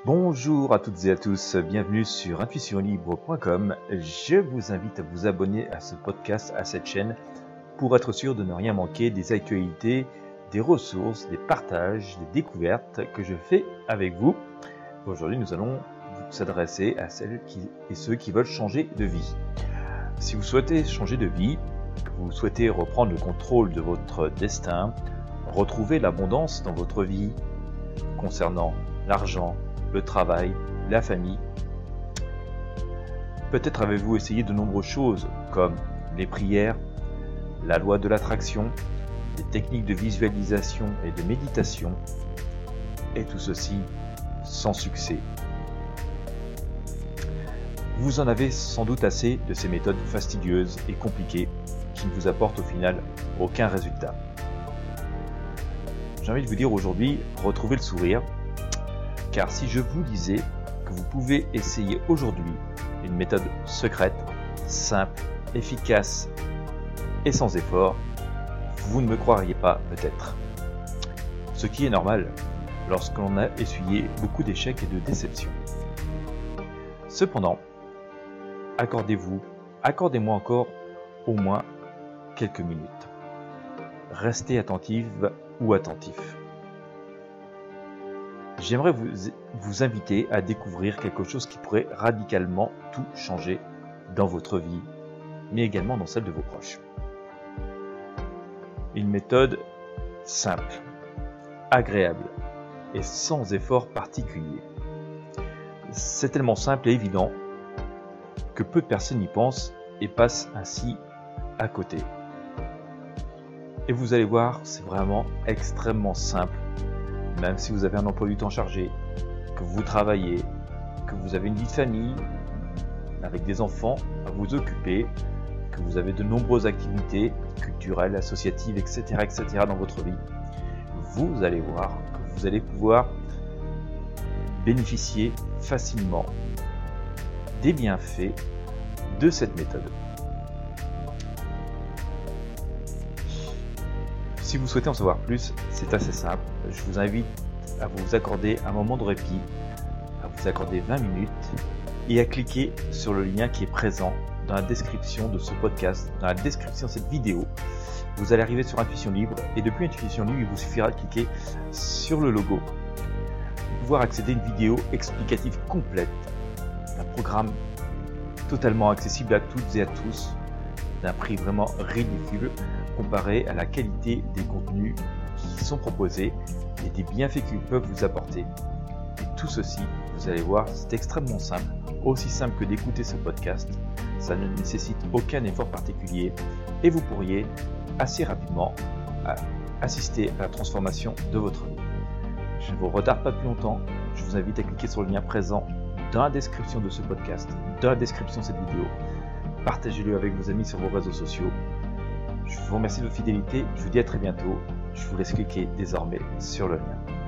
Bonjour à toutes et à tous, bienvenue sur intuitionlibre.com. Je vous invite à vous abonner à ce podcast, à cette chaîne, pour être sûr de ne rien manquer des actualités, des ressources, des partages, des découvertes que je fais avec vous. Aujourd'hui, nous allons vous adresser à celles et ceux qui veulent changer de vie. Si vous souhaitez changer de vie, que vous souhaitez reprendre le contrôle de votre destin, retrouver l'abondance dans votre vie concernant l'argent, le travail, la famille. Peut-être avez-vous essayé de nombreuses choses comme les prières, la loi de l'attraction, des techniques de visualisation et de méditation, et tout ceci sans succès. Vous en avez sans doute assez de ces méthodes fastidieuses et compliquées qui ne vous apportent au final aucun résultat. J'ai envie de vous dire aujourd'hui, retrouvez le sourire. Car si je vous disais que vous pouvez essayer aujourd'hui une méthode secrète, simple, efficace et sans effort, vous ne me croiriez pas peut-être. Ce qui est normal lorsqu'on a essuyé beaucoup d'échecs et de déceptions. Cependant, accordez-moi encore au moins quelques minutes. Restez attentive ou attentif. J'aimerais vous inviter à découvrir quelque chose qui pourrait radicalement tout changer dans votre vie, mais également dans celle de vos proches. Une méthode simple, agréable et sans effort particulier. C'est tellement simple et évident que peu de personnes y pensent et passent ainsi à côté. Et vous allez voir, c'est vraiment extrêmement simple. Même si vous avez un emploi du temps chargé, que vous travaillez, que vous avez une vie de famille, avec des enfants à vous occuper, que vous avez de nombreuses activités culturelles, associatives, etc. dans votre vie, vous allez voir que vous allez pouvoir bénéficier facilement des bienfaits de cette méthode. Si vous souhaitez en savoir plus, c'est assez simple. Je vous invite à vous accorder un moment de répit, à vous accorder 20 minutes et à cliquer sur le lien qui est présent dans la description de ce podcast, dans la description de cette vidéo. Vous allez arriver sur Intuition Libre et depuis Intuition Libre, il vous suffira de cliquer sur le logo pour pouvoir accéder à une vidéo explicative complète, un programme totalement accessible à toutes et à tous, d'un prix vraiment ridicule comparé à la qualité des contenus qui sont proposés et des bienfaits qu'ils peuvent vous apporter. Et tout ceci, vous allez voir, c'est extrêmement simple, aussi simple que d'écouter ce podcast. Ça ne nécessite aucun effort particulier et vous pourriez assez rapidement assister à la transformation de votre vie. Je ne vous retarde pas plus longtemps, je vous invite à cliquer sur le lien présent dans la description de ce podcast, dans la description de cette vidéo. Partagez-le avec vos amis sur vos réseaux sociaux. Je vous remercie de votre fidélité, je vous dis à très bientôt. Je vous laisse cliquer désormais sur le lien.